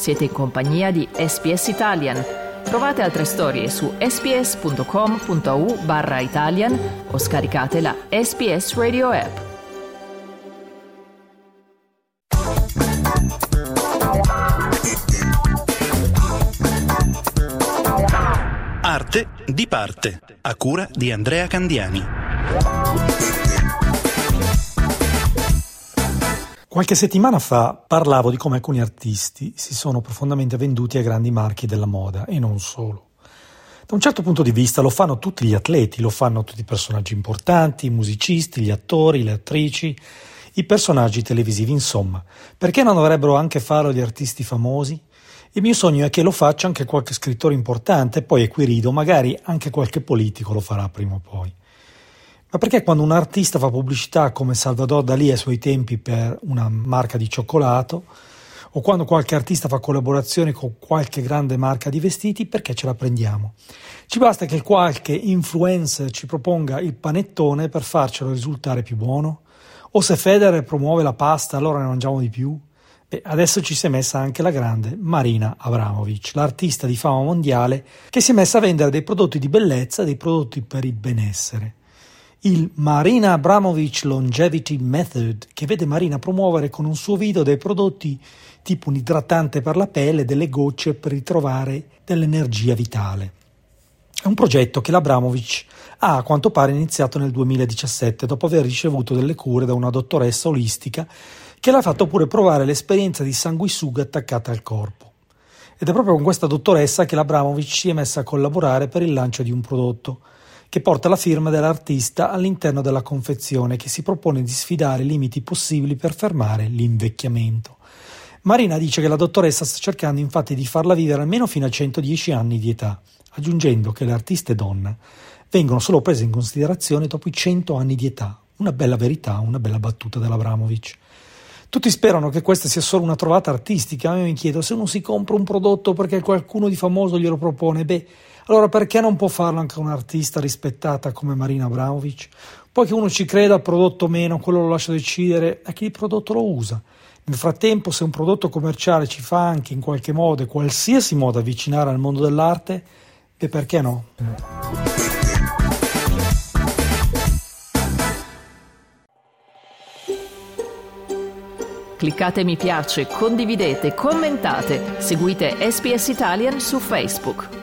Siete in compagnia di SPS Italian. Trovate altre storie su sps.com.au/Italian o scaricate la SPS Radio app. Arte di parte, a cura di Andrea Candiani. Qualche settimana fa parlavo di come alcuni artisti si sono profondamente venduti a grandi marchi della moda, e non solo. Da un certo punto di vista lo fanno tutti gli atleti, lo fanno tutti i personaggi importanti, i musicisti, gli attori, le attrici, i personaggi televisivi, insomma. Perché non dovrebbero anche farlo gli artisti famosi? Il mio sogno è che lo faccia anche qualche scrittore importante, poi e qui rido, magari anche qualche politico lo farà prima o poi. Ma perché quando un artista fa pubblicità come Salvador Dalì ai suoi tempi per una marca di cioccolato, o quando qualche artista fa collaborazione con qualche grande marca di vestiti, perché ce la prendiamo? Ci basta che qualche influencer ci proponga il panettone per farcelo risultare più buono? O se Federer promuove la pasta, allora ne mangiamo di più? Adesso ci si è messa anche la grande Marina Abramovic, l'artista di fama mondiale che si è messa a vendere dei prodotti di bellezza, dei prodotti per il benessere. Il Marina Abramovic Longevity Method, che vede Marina promuovere con un suo video dei prodotti tipo un idratante per la pelle, delle gocce per ritrovare dell'energia vitale. È un progetto che l'Abramovic ha a quanto pare iniziato nel 2017 dopo aver ricevuto delle cure da una dottoressa olistica che l'ha fatto pure provare l'esperienza di sanguisuga attaccata al corpo. Ed è proprio con questa dottoressa che l'Abramovic si è messa a collaborare per il lancio di un prodotto che porta la firma dell'artista all'interno della confezione, che si propone di sfidare i limiti possibili per fermare l'invecchiamento. Marina dice che la dottoressa sta cercando infatti di farla vivere almeno fino a 110 anni di età, aggiungendo che le artiste donne vengono solo prese in considerazione dopo i 100 anni di età. Una bella verità, una bella battuta dell'Abramovic. Tutti sperano che questa sia solo una trovata artistica, ma io mi chiedo, se uno si compra un prodotto perché qualcuno di famoso glielo propone, allora perché non può farlo anche un'artista rispettata come Marina Abramovic? Poi che uno ci creda al prodotto o meno, quello lo lascia decidere a chi il prodotto lo usa. Nel frattempo, se un prodotto commerciale ci fa anche in qualche modo e qualsiasi modo avvicinare al mondo dell'arte, perché no? Cliccate mi piace, condividete, commentate, seguite SPS Italian su Facebook.